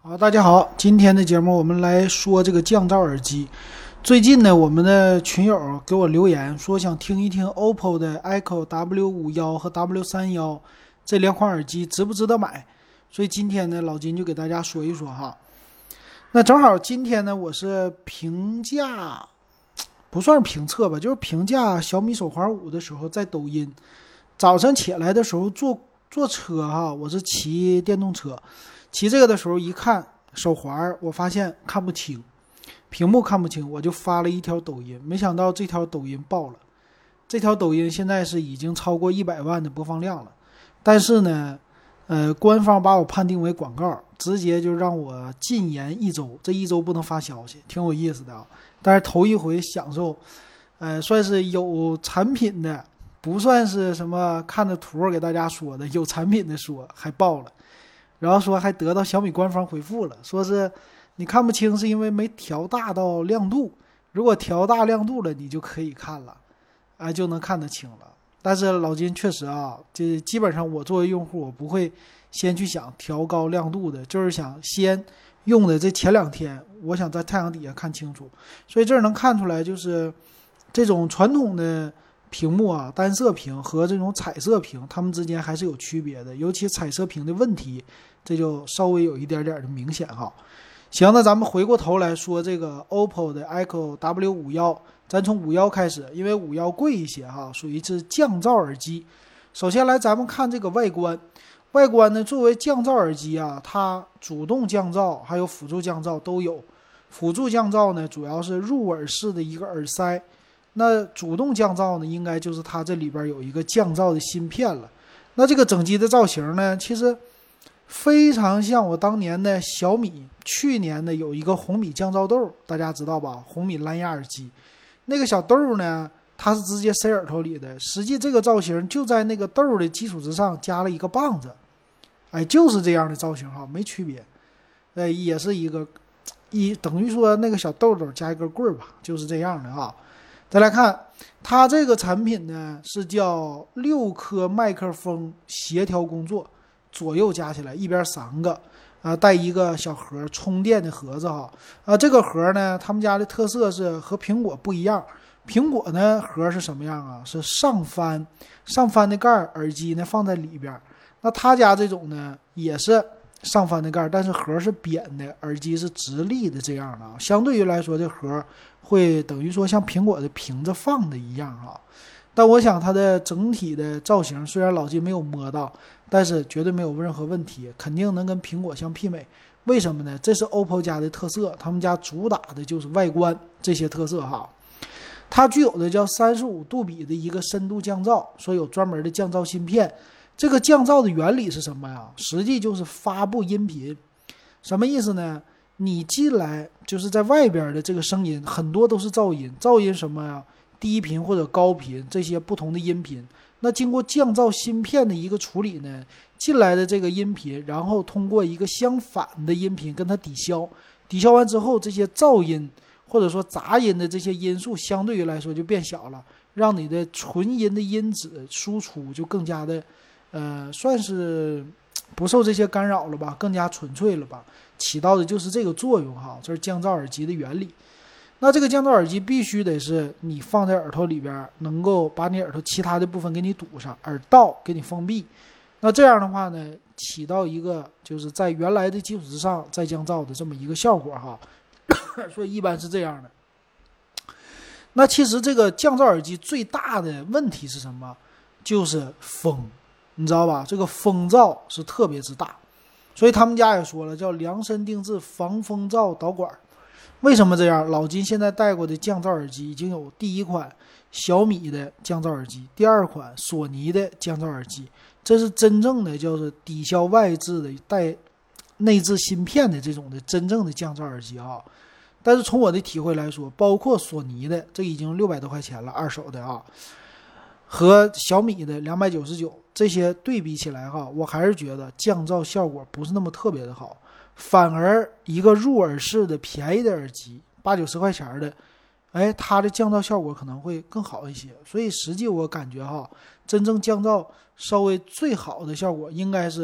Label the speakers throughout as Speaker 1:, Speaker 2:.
Speaker 1: 好，大家好，今天的节目我们来说这个降噪耳机。最近呢，我们的群友给我留言说想听一听 OPPO 的 Echo W51和 W31这两款耳机值不值得买，所以今天呢，老金就给大家说一说哈。那正好今天呢，我是评价，不算是评测吧，就是评价小米手环5的时候，在抖音早晨起来的时候坐车哈，我是骑电动车。骑这个的时候一看手环，我发现看不清，屏幕看不清，我就发了一条抖音，没想到这条抖音爆了。这条抖音现在是已经超过100万的播放量了，但是呢，官方把我判定为广告，直接就让我禁言1周，这1周不能发消息，挺有意思的啊。但是头一回享受，算是有产品的，不算是什么看着图给大家说的，有产品的说还爆了。然后说还得到小米官方回复了，说是你看不清是因为没调大到亮度，如果调大亮度了，你就可以看了，就能看得清了。但是老金确实啊，这基本上我作为用户，我不会先去想调高亮度的，就是想先用的这前2天，我想在太阳底下看清楚。所以这儿能看出来，就是这种传统的屏幕啊，单色屏和这种彩色屏，它们之间还是有区别的，尤其彩色屏的问题，这就稍微有一点点的明显哈。行，那咱们回过头来说这个 OPPO 的 Echo W51，咱从51开始，因为51贵一些哈，属于是降噪耳机。首先来咱们看这个外观，外观呢作为降噪耳机啊，它主动降噪还有辅助降噪都有。辅助降噪呢主要是入耳式的一个耳塞，那主动降噪呢应该就是它这里边有一个降噪的芯片了。那这个整机的造型呢，其实非常像我当年的小米去年的有一个红米降噪豆，大家知道吧？红米蓝牙耳机那个小豆呢，它是直接塞耳朵里的，实际这个造型就在那个豆的基础之上加了一个棒子，就是这样的造型哈，没区别。也是一个等于说那个小豆豆加一根棍儿吧，就是这样的啊。再来看它这个产品呢，是叫6颗麦克风协调工作，左右加起来一边3个带一个小盒充电的盒子哈。这个盒呢，他们家的特色是和苹果不一样。苹果呢盒是什么样啊？是上翻的盖，耳机呢放在里边。那他家这种呢也是上翻的盖，但是盒是扁的，耳机是直立的这样的啊。相对于来说，这盒会等于说像苹果的平着放的一样啊。但我想它的整体的造型虽然老金没有摸到，但是绝对没有任何问题，肯定能跟苹果相媲美。为什么呢？这是 OPPO 家的特色，他们家主打的就是外观这些特色哈。它具有的叫35杜比的一个深度降噪，所以有专门的降噪芯片。这个降噪的原理是什么呀？实际就是发布音频。什么意思呢？你进来就是在外边的这个声音很多都是噪音，噪音什么呀？低频或者高频这些不同的音频，那经过降噪芯片的一个处理呢，进来的这个音频，然后通过一个相反的音频跟它抵消，抵消完之后，这些噪音或者说杂音的这些因素相对于来说就变小了，让你的纯音的音质输出就更加的算是不受这些干扰了吧，更加纯粹了吧，起到的就是这个作用哈。这是降噪耳机的原理。那这个降噪耳机必须得是你放在耳朵里边，能够把你耳朵其他的部分给你堵上，耳道给你封闭。那这样的话呢，起到一个就是在原来的基础之上再降噪的这么一个效果哈。所以一般是这样的。那其实这个降噪耳机最大的问题是什么？就是风，你知道吧？这个风噪是特别之大，所以他们家也说了，叫量身定制防风噪导管。为什么这样？老金现在带过的降噪耳机已经有第1款小米的降噪耳机，第2款索尼的降噪耳机，这是真正的就是抵消外置的带内置芯片的这种的真正的降噪耳机啊。但是从我的体会来说，包括索尼的这已经600多块钱了，二手的啊，和小米的299这些对比起来哈，我还是觉得降噪效果不是那么特别的好。反而一个入耳式的便宜的耳机80-90块钱的，它的降噪效果可能会更好一些。所以实际我感觉哈，真正降噪稍微最好的效果应该是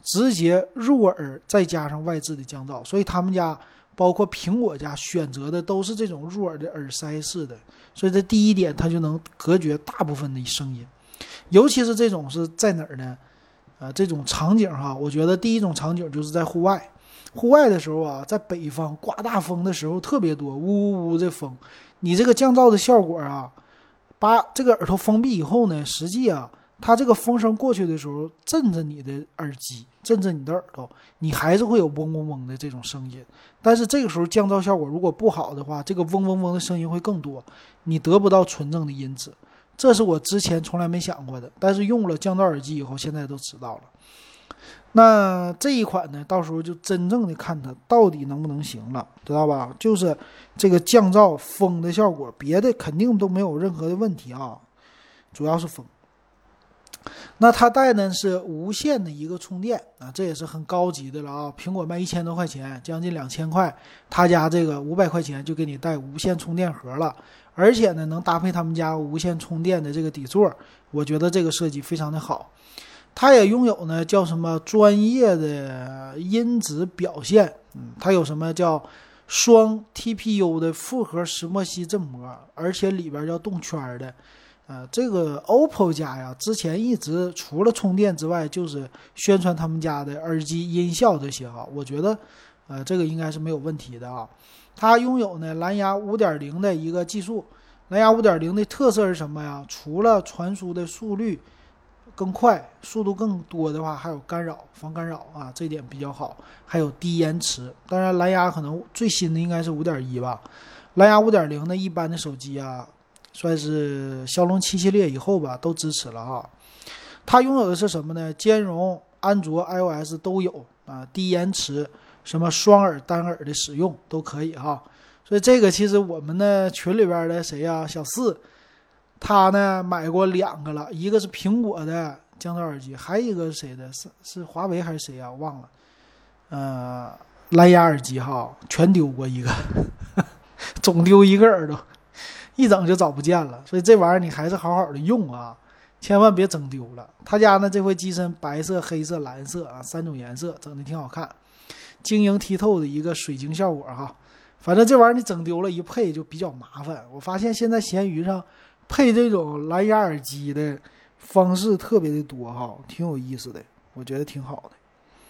Speaker 1: 直接入耳再加上外置的降噪，所以他们家包括苹果家选择的都是这种入耳的耳塞式的，所以这第一点它就能隔绝大部分的声音。尤其是这种是在哪儿呢？这种场景哈，我觉得第一种场景就是在户外。户外的时候啊，在北方刮大风的时候特别多，呜呜呜这风，你这个降噪的效果啊，把这个耳朵封闭以后呢，实际啊，它这个风声过去的时候，震着你的耳机，震着你的耳朵，你还是会有嗡嗡嗡的这种声音。但是这个时候降噪效果如果不好的话，这个嗡嗡嗡的声音会更多，你得不到纯正的音质。这是我之前从来没想过的，但是用了降噪耳机以后，现在都知道了。那这一款呢，到时候就真正的看它到底能不能行了，知道吧？就是这个降噪风的效果，别的肯定都没有任何的问题啊，主要是风。那它带的是无线的一个充电啊，这也是很高级的了啊。苹果卖1000多块钱，将近2000块，他家这个500块钱就给你带无线充电盒了，而且呢能搭配他们家无线充电的这个底座，我觉得这个设计非常的好。它也拥有呢叫什么专业的音质表现，它有什么叫双 TPU 的复合石墨烯振膜，而且里边要动圈的。这个 OPPO 家呀，之前一直除了充电之外，就是宣传他们家的耳机音效这些哈，我觉得这个应该是没有问题的啊。它拥有呢蓝牙 5.0 的一个技术，蓝牙 5.0 的特色是什么呀？除了传输的速率更快，速度更多的话，还有干扰，防干扰啊，这点比较好。还有低延迟，当然蓝牙可能最新的应该是 5.1 吧。蓝牙 5.0 的一般的手机啊，算是骁龙7系列以后吧，都支持了哈。它拥有的是什么呢？兼容安卓、iOS 都有啊，低延迟，什么双耳、单耳的使用都可以哈。所以这个其实我们的群里边的谁呀，小四，他呢买过2个了，一个是苹果的降噪耳机，还有一个是谁的？是华为还是谁呀？忘了。蓝牙耳机哈，全丢过一个，总丢一个耳朵。一整就找不见了，所以这玩意儿你还是好好的用啊，千万别整丢了。他家呢这回机身白色、黑色、蓝色啊3种颜色，整的挺好看，晶莹剔透的一个水晶效果哈。反正这玩意儿你整丢了一配就比较麻烦。我发现现在闲鱼上配这种蓝牙耳机的方式特别的多哈，挺有意思的，我觉得挺好的。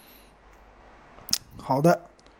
Speaker 1: 好的，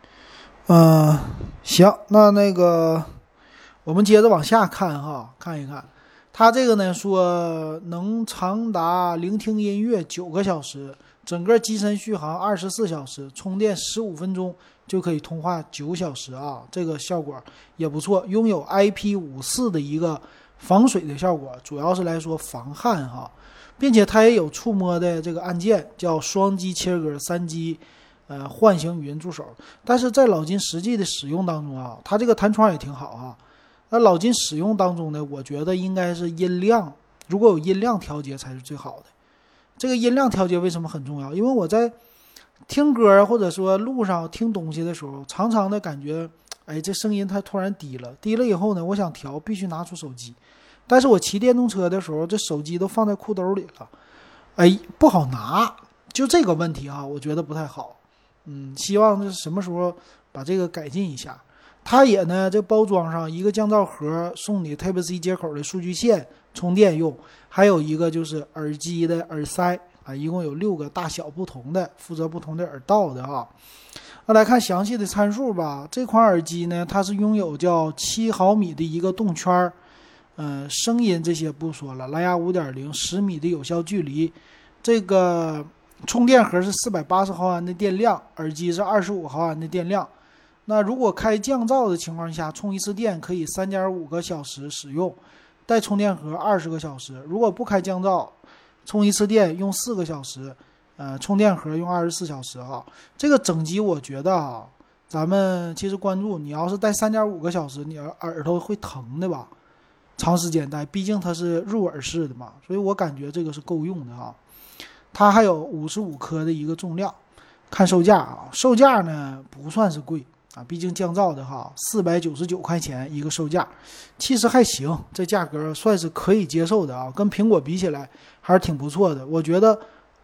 Speaker 1: 行，那个。我们接着往下看哈，看一看，它这个呢说能长达聆听音乐9个小时，整个机身续航24小时，充电15分钟就可以通话9小时啊，这个效果也不错。拥有 IP54 的一个防水的效果，主要是来说防汗哈，并且它也有触摸的这个按键，叫双击切割、3击唤醒语音助手。但是在老金实际的使用当中啊，它这个弹窗也挺好啊。那老金使用当中呢，我觉得应该是音量，如果有音量调节才是最好的。这个音量调节为什么很重要？因为我在听歌或者说路上听东西的时候，常常的感觉，这声音它突然低了以后呢，我想调必须拿出手机，但是我骑电动车的时候，这手机都放在裤兜里了，不好拿，就这个问题啊，我觉得不太好。希望这什么时候把这个改进一下。它也呢，这包装上一个降噪盒，送你 Type-C 接口的数据线充电用，还有一个就是耳机的耳塞啊，一共有6个大小不同的，负责不同的耳道的哈。那来看详细的参数吧。这款耳机呢，它是拥有叫7毫米的一个动圈，声音这些不说了，蓝牙 5.0，10米的有效距离，这个充电盒是480毫安的电量，耳机是25毫安的电量。那如果开降噪的情况下，充一次电可以3.5个小时使用，带充电盒20个小时。如果不开降噪，充一次电用4个小时，充电盒用24小时哈。这个整机我觉得啊，咱们其实关注，你要是戴3.5个小时，你耳朵会疼的吧？长时间戴，毕竟它是入耳式的嘛，所以我感觉这个是够用的哈。它还有55克的一个重量。看售价啊，售价呢不算是贵。毕竟降噪的哈，499块钱一个售价，其实还行，这价格算是可以接受的啊，跟苹果比起来还是挺不错的。我觉得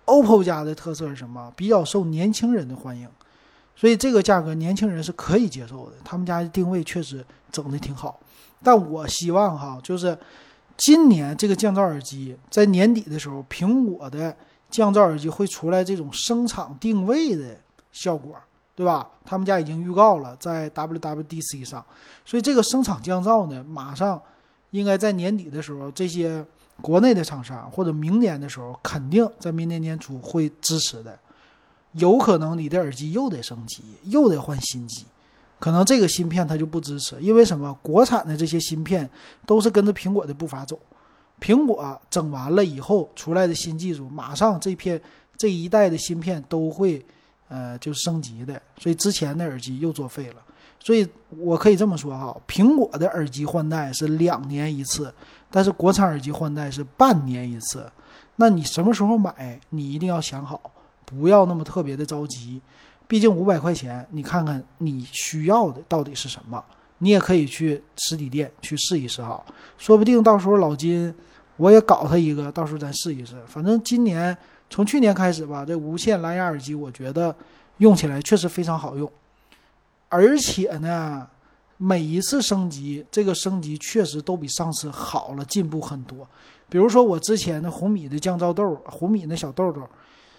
Speaker 1: OPPO 家的特色是什么？比较受年轻人的欢迎，所以这个价格年轻人是可以接受的。他们家的定位确实整得挺好，但我希望哈，就是今年这个降噪耳机在年底的时候，苹果的降噪耳机会出来这种声场定位的效果，对吧？他们家已经预告了在 WWDC 上，所以这个声场降噪呢，马上应该在年底的时候，这些国内的厂商或者明年的时候，肯定在明年年初会支持的。有可能你的耳机又得升级，又得换新机，可能这个芯片它就不支持，因为什么？国产的这些芯片都是跟着苹果的步伐走，苹果整完了以后出来的新技术，马上这一代的芯片都会就升级的，所以之前的耳机又作废了。所以我可以这么说哈，苹果的耳机换代是2年一次，但是国产耳机换代是半年一次。那你什么时候买，你一定要想好，不要那么特别的着急。毕竟500块钱，你看看你需要的到底是什么，你也可以去实体店去试一试哈，说不定到时候老金我也搞他一个，到时候咱试一试。反正今年从去年开始吧，这无线蓝牙耳机我觉得用起来确实非常好用，而且呢，每一次升级，这个升级确实都比上次好了，进步很多。比如说我之前的红米的降噪豆，红米那小豆豆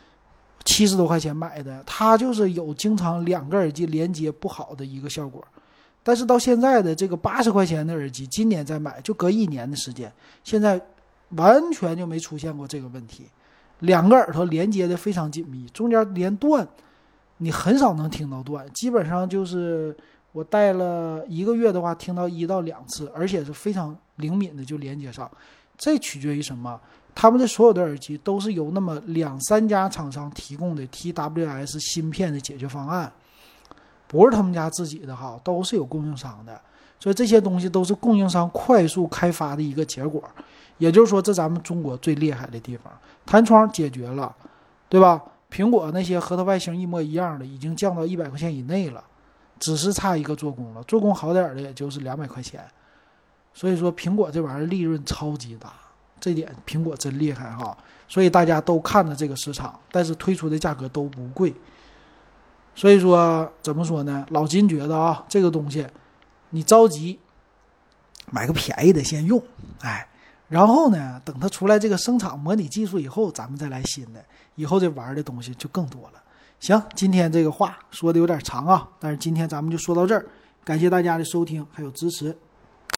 Speaker 1: ，70多块钱买的，它就是有经常2个耳机连接不好的一个效果。但是到现在的这个80块钱的耳机，今年再买就隔1年的时间，现在完全就没出现过这个问题，2个耳朵连接的非常紧密，中间连断你很少能听到断，基本上就是我戴了1个月的话，听到1到2次，而且是非常灵敏的就连接上。这取决于什么？他们的所有的耳机都是由那么2-3家厂商提供的 TWS 芯片的解决方案，不是他们家自己的哈，都是有供应商的，所以这些东西都是供应商快速开发的一个结果。也就是说，这咱们中国最厉害的地方，弹窗解决了，对吧？苹果那些和它外形一模一样的，已经降到100块钱以内了，只是差一个做工了，做工好点的也就是200块钱。所以说苹果这玩意儿利润超级大，这点苹果真厉害哈，所以大家都看着这个市场，但是推出的价格都不贵。所以说怎么说呢，老金觉得啊，这个东西你着急买个便宜的先用，然后呢等它出来这个声场模拟技术以后，咱们再来新的，以后这玩的东西就更多了。行，今天这个话说的有点长啊，但是今天咱们就说到这儿，感谢大家的收听还有支持。